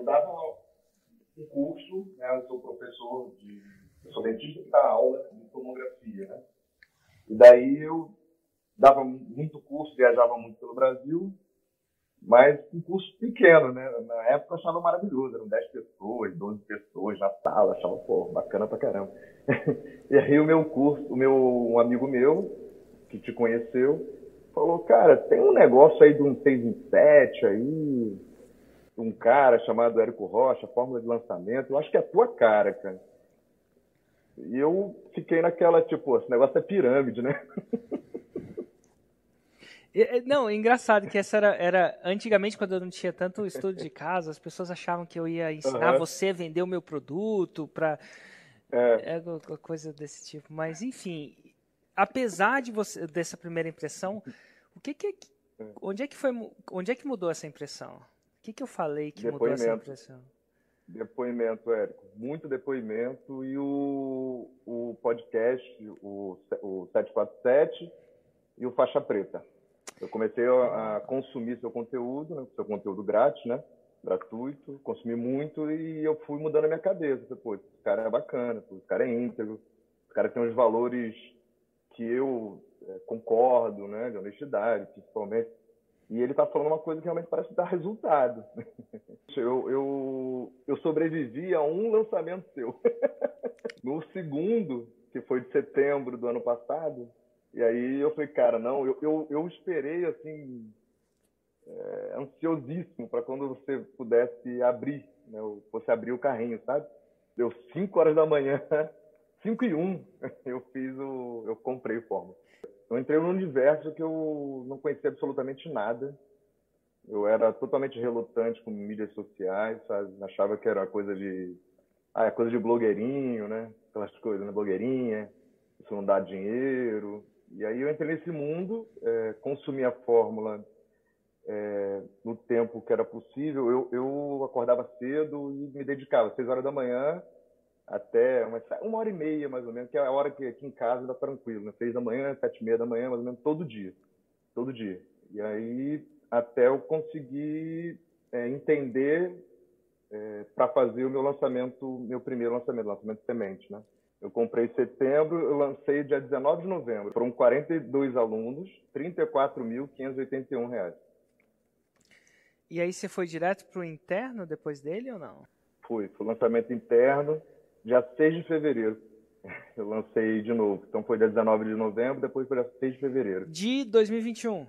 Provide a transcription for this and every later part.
dava um curso, né? Eu sou dentista que dá aula de tomografia, né? E daí eu dava muito curso, viajava muito pelo Brasil, mas um curso pequeno, né? Na época eu achava maravilhoso, eram 10 pessoas, 12 pessoas na sala, achava, pô, bacana pra caramba. E aí um amigo meu, que te conheceu, falou, cara, tem um negócio aí de um 6 em 7 aí, um cara chamado Érico Rocha, fórmula de lançamento, eu acho que é a tua cara, cara. E eu fiquei naquela, tipo, esse negócio é pirâmide, né? Não, é engraçado que essa era antigamente, quando eu não tinha tanto estudo de caso, as pessoas achavam que eu ia ensinar você a vender o meu produto para coisa desse tipo. Mas enfim, apesar de dessa primeira impressão, onde é que mudou essa impressão? O que eu falei que mudou essa impressão? Depoimento, Érico. Muito depoimento. E o podcast, o 747 e o Faixa Preta. Eu comecei a consumir seu conteúdo, né? Seu conteúdo grátis, né? Gratuito. Consumi muito e eu fui mudando a minha cabeça. Pô, esse cara é bacana, esse cara é íntegro, esse cara tem uns valores que eu concordo, né? De honestidade, principalmente. E ele está falando uma coisa que realmente parece dar resultado. Eu sobrevivi a um lançamento seu. No segundo, que foi de setembro do ano passado, e aí eu falei, cara, não, eu esperei, assim, ansiosíssimo para quando você pudesse abrir, né, você abrir o carrinho, sabe? Deu 5 horas da manhã, 5:01, eu comprei o Fórmula. Eu entrei num universo que eu não conhecia absolutamente nada. Eu era totalmente relutante com mídias sociais, sabe? Achava que era coisa de blogueirinho, né? Aquelas coisas, né? Blogueirinha, isso não dá dinheiro. E aí eu entrei nesse mundo, consumi a fórmula no tempo que era possível. Eu acordava cedo e me dedicava 6 horas da manhã até uma hora e meia, mais ou menos, que é a hora que aqui em casa dá tranquilo, né? 6 da manhã, 7:30 da manhã, mais ou menos, todo dia. Todo dia. E aí, até eu conseguir entender para fazer o meu primeiro lançamento semente, né? Eu comprei em setembro, eu lancei dia 19 de novembro. Foram 42 alunos, R$34.581. E aí você foi direto para o interno depois dele ou não? Foi lançamento interno, dia 6 de fevereiro. Eu lancei de novo. Então foi dia 19 de novembro, depois foi dia 6 de fevereiro. De 2021?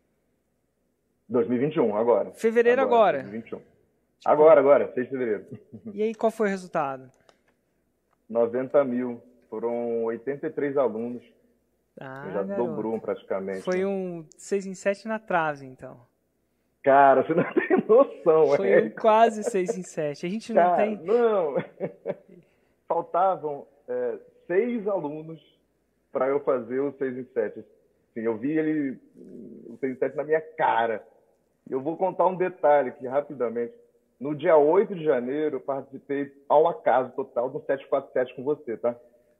2021, agora. Fevereiro agora? 2021. Tipo... Agora, 6 de fevereiro. E aí, qual foi o resultado? 90 mil. Foram 83 alunos. Já dobrou praticamente. Foi um 6 em 7 na trave, então. Cara, você não tem noção. Foi um quase 6 em 7. A gente não tem... Não. Faltavam 6 alunos para eu fazer o 6 em 7. Assim, eu vi o 6 em 7 na minha cara. Eu vou contar um detalhe aqui, rapidamente. No dia 8 de janeiro, eu participei ao acaso total do 747 com você, tá?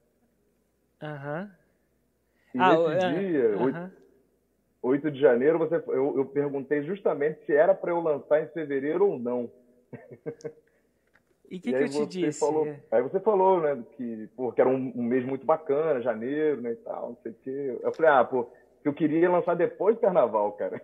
E nesse dia, 8 de janeiro, eu perguntei justamente se era para eu lançar em fevereiro ou não. E o que eu te disse? Aí você falou, né, que era um mês muito bacana, janeiro, né, e tal, não sei o quê. Eu falei, que eu queria lançar depois do carnaval, cara.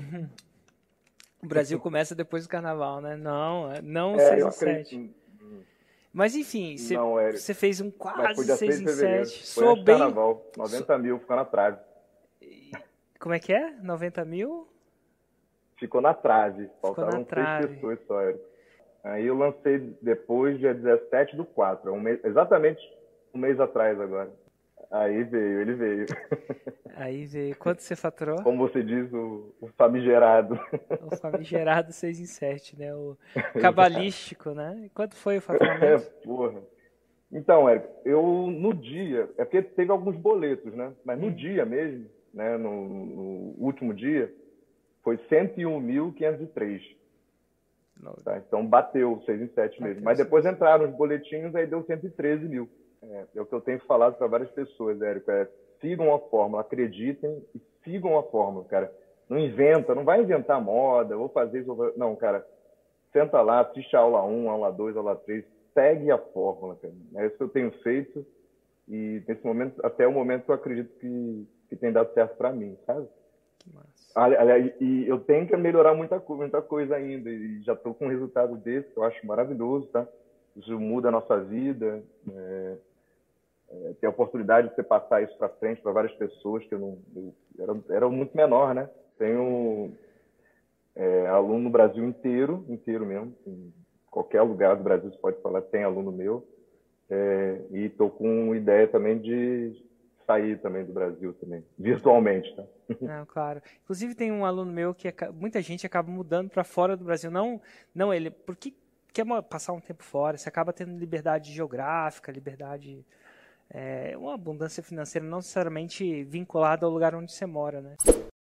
O Brasil começa depois do carnaval, né? Não 6 em 7. Mas enfim, você fez um quase 6 em 7. Foi antes do carnaval, 90 mil, ficou na trave. Como é que é? 90 mil? Ficou na trave. Faltaram 6 pessoas só, Érico. Aí eu lancei depois, dia 17 do 4. Exatamente um mês atrás agora. Aí ele veio. Aí veio. Quanto você faturou? Como você diz, o famigerado. O famigerado 6 em 7, né? O cabalístico, né? E quanto foi o faturamento? Porra. Então, Érico, no dia... É porque teve alguns boletos, né? Mas no dia mesmo, né? No último dia, foi 101.503. Tá? Então, bateu 6 em 7 mesmo. Mas depois entraram os boletinhos, aí deu 113 mil. É o que eu tenho falado para várias pessoas, Érico. Sigam a fórmula, acreditem e sigam a fórmula, cara. Não vai inventar moda, vou fazer isso. Não, cara, senta lá, assiste a aula 1, aula 2, aula 3, segue a fórmula, cara. É isso que eu tenho feito e nesse momento, até o momento, eu acredito que tem dado certo para mim, sabe? Que massa. Aliás, e eu tenho que melhorar muita coisa ainda e já estou com um resultado desse que eu acho maravilhoso, tá? Isso muda a nossa vida, ter a oportunidade de você passar isso para frente para várias pessoas que eu era muito menor, né? Tenho aluno no Brasil inteiro mesmo, em qualquer lugar do Brasil você pode falar, tem aluno meu, e estou com ideia também de sair também do Brasil também, virtualmente, tá? Não, claro. Inclusive tem um aluno meu que muita gente acaba mudando para fora do Brasil, não ele, porque quer passar um tempo fora, você acaba tendo liberdade geográfica, liberdade, uma abundância financeira não necessariamente vinculada ao lugar onde você mora, né?